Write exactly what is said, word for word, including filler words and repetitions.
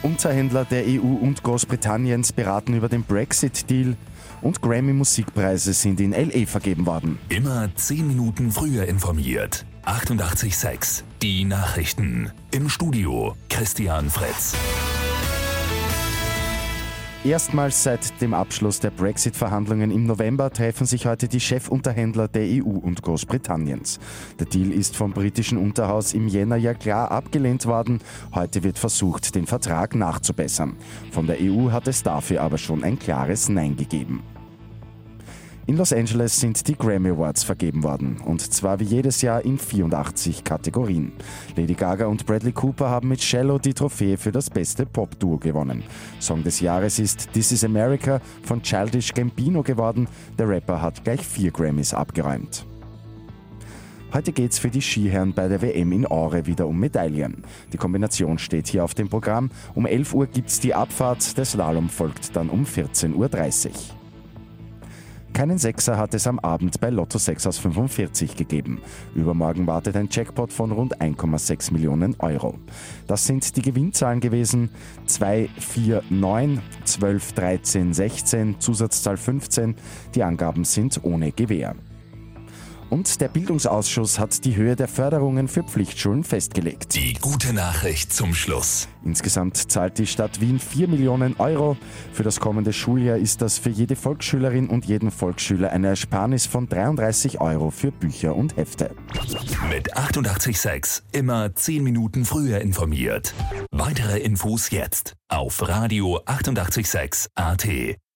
Chef-Unterhändler der E U und Großbritanniens beraten über den Brexit-Deal und Grammy-Musikpreise sind in L A vergeben worden. Immer zehn Minuten früher informiert. achtundachtzig Komma sechs. Die Nachrichten. Im Studio Christian Fritz. Erstmals seit dem Abschluss der Brexit-Verhandlungen im November treffen sich heute die Chefunterhändler der E U und Großbritanniens. Der Deal ist vom britischen Unterhaus im Jänner ja klar abgelehnt worden. Heute wird versucht, den Vertrag nachzubessern. Von der E U hat es dafür aber schon ein klares Nein gegeben. In Los Angeles sind die Grammy Awards vergeben worden, und zwar wie jedes Jahr in vierundachtzig Kategorien. Lady Gaga und Bradley Cooper haben mit Shallow die Trophäe für das beste Pop-Duo gewonnen. Song des Jahres ist This Is America von Childish Gambino geworden. Der Rapper hat gleich vier Grammys abgeräumt. Heute geht's für die Skiherren bei der W M in Aure wieder um Medaillen. Die Kombination steht hier auf dem Programm. Um elf Uhr gibt's die Abfahrt, der Slalom folgt dann um vierzehn Uhr dreißig. Keinen Sechser hat es am Abend bei Lotto sechs aus fünfundvierzig gegeben. Übermorgen wartet ein Jackpot von rund eins Komma sechs Millionen Euro. Das sind die Gewinnzahlen gewesen: zwei, vier, neun, zwölf, dreizehn, sechzehn, Zusatzzahl fünfzehn. Die Angaben sind ohne Gewähr. Und der Bildungsausschuss hat die Höhe der Förderungen für Pflichtschulen festgelegt. Die gute Nachricht zum Schluss. Insgesamt zahlt die Stadt Wien vier Millionen Euro. Für das kommende Schuljahr ist das für jede Volksschülerin und jeden Volksschüler eine Ersparnis von dreiunddreißig Euro für Bücher und Hefte. Mit achtundachtzig Komma sechs immer zehn Minuten früher informiert. Weitere Infos jetzt auf Radio achtundachtzig Komma sechs A T.